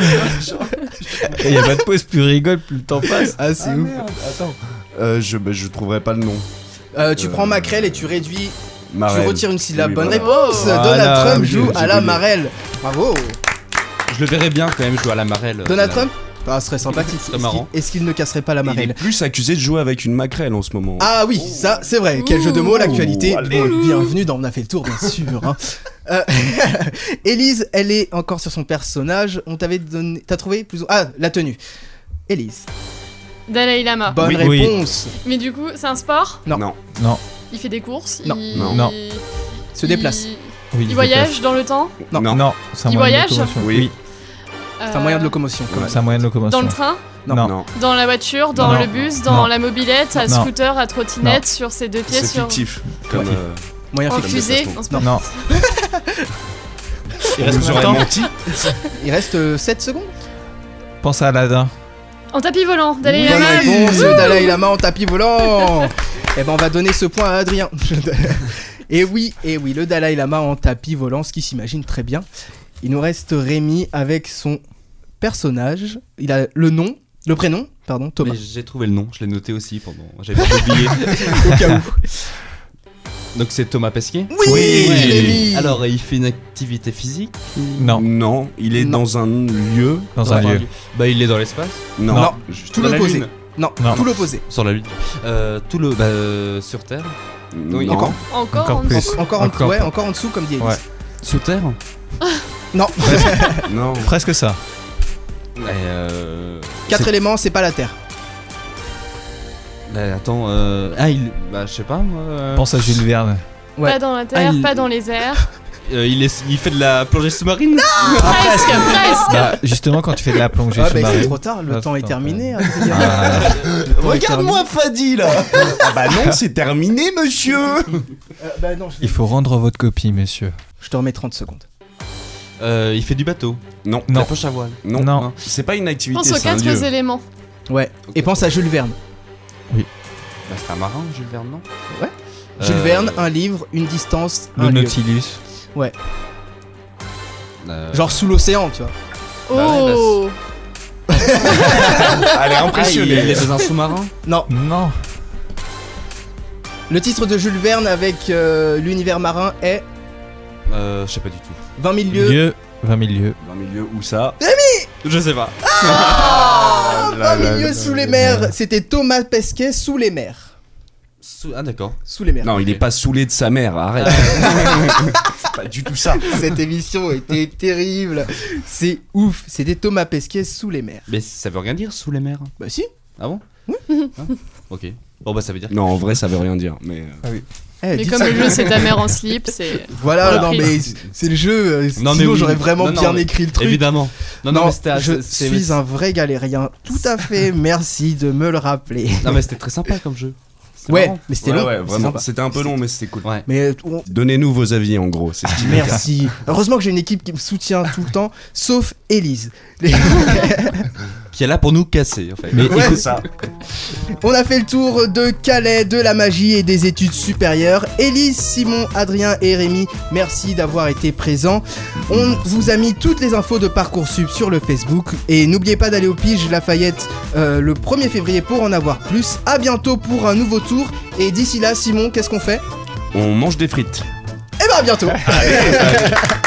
Il y a pas de pause, plus rigole, plus le temps passe. Ah c'est ouf. Attends. Je trouverai pas le nom. Tu prends Macrel et tu réduis. Marelle. Tu retires une syllabe. Oui, Bonne voilà. réponse. Voilà, Donald Trump joue j'ai à la oublié. marelle. Bravo. Je le verrais bien quand même jouer à la marelle. Donald Trump. Ah, ce serait sympathique. Ce serait marrant. Est-ce qu'il ne casserait pas la Il est marelle? plus accusé de jouer avec une maquerelle en ce moment. Ah oui, ça c'est vrai. Quel jeu de mots, l'actualité. allez. Bon, bienvenue dans On a fait le tour, bien sûr. Hein. Élise, elle est encore sur son personnage. On t'avait donné. T'as trouvé plus. Ah, la tenue. Élise. Dalai Lama. Bonne Oui. réponse. Mais du coup, c'est un sport. Non. Non. Il fait des courses. Non. Non. Se déplace. Oui, Il voyage dans le temps. Non. Non, c'est un Il moyen de voyage locomotion. Oui. C'est un moyen de locomotion. Ouais. C'est un moyen de locomotion. Dans le train, Non. dans la voiture, dans Non. le bus, dans Non. la mobilette, à Non. scooter, à trottinette, sur ses deux pieds, C'est sur fictif. Comme. Moyen en fictif. fusée. déplacement. Non, c'est pas- Non. Il reste combien de temps menti. Il reste 7 secondes. Pense à Aladdin. En tapis volant, Dalai Bonne Lama. réponse. Dalai Lama en tapis volant. Eh ben on va donner ce point à Adrien. Et oui, le Dalai Lama en tapis volant, ce qui s'imagine très bien. Il nous reste Rémi avec son personnage. Il a le prénom, Thomas. Mais j'ai trouvé le nom, je l'ai noté aussi pendant. J'avais pas oublié. Au cas où. Donc c'est Thomas Pesquet. Oui, Rémi. Alors il fait une activité physique. Non. Non, il est Non. dans un lieu. Dans un lieu. Bah il est dans l'espace. Non. Non. Juste Tout Dans la l'opposé. Lune. Non, Non. tout l'opposé. Sur la lune. Sur Terre. Oui. Encore. Encore en plus. dessous. Encore en dessous comme dit Élise. Ouais. Sous Terre. Non. Non. Presque ça. 4 éléments, c'est pas la Terre. Attends. je sais pas moi. Pense à Jules Verne. Ouais. Pas dans la terre, il- pas dans les airs. Il fait de la plongée sous-marine. Presque. Bah, justement, quand tu fais de la plongée Ah bah c'est sous-marine. trop tard, le Ah, temps est putain, terminé. Adrien. Ah, Regarde-moi Fadi là. Ah bah non, c'est terminé, monsieur. Bah non, il faut rendre votre copie, monsieur. je te remets 30 secondes. Il fait du bateau. Non. Non. La poche à voile. Non. Non. C'est pas une activité, Pense aux c'est un 4 lieu. éléments. Ouais. Et pense à Jules Verne. Bah, c'est un marin, Jules Verne, non? Jules Verne, un livre, une distance, Le un lieu. Nautilus. Genre sous l'océan, tu vois. Oh. Elle est Il impressionnée. est dans un sous-marin. Non. Non. Le titre de Jules Verne avec l'univers marin est Je sais pas du tout. 20 000 lieues. Lieu, 20 000 lieux. Dans le milieu où ça? Je sais pas. Ah, 20 000 lieues là, sous les mers. C'était Thomas Pesquet sous les mers. Ah d'accord. Sous les mers. Non, il est pas saoulé de sa mère, arrête. C'est pas du tout ça. Cette émission était terrible. C'est ouf. C'était Thomas Pesquet sous les mers. Mais ça veut rien dire sous les mers. Bah si. Ah bon? Ah, ok. Bon bah ça veut dire. Non, en vrai, ça veut rien dire. Mais Eh, Mais dites comme ça. le jeu c'est ta mère en slip, c'est. Voilà, Voilà. non mais c'est le jeu. Non, mais Sinon oui. j'aurais vraiment Non, non, bien mais écrit le truc. Évidemment. Non Non, mais c'était je suis un vrai galérien. Tout à fait. Merci de me le rappeler. Non mais c'était très sympa comme jeu. C'était Ouais, marrant. mais c'était ouais, long. ouais, c'est vraiment. sympa. C'était un peu long, mais c'était cool. Ouais. Mais Donnez-nous vos avis, en gros. C'est ce qui merci. Heureusement que j'ai une équipe qui me soutient tout le temps, sauf Élise. qui est là pour nous casser en fait. Mais écoute ça. On a fait le tour de Calais, de la magie et des études supérieures. Élise, Simon, Adrien et Rémi, merci d'avoir été présents. On vous a mis toutes les infos de Parcoursup sur le Facebook. Et n'oubliez pas d'aller au Pige Lafayette le 1er février pour en avoir plus. À bientôt pour un nouveau tour. Et d'ici là, Simon, qu'est-ce qu'on fait ? On mange des frites. Et bah à bientôt. Allez.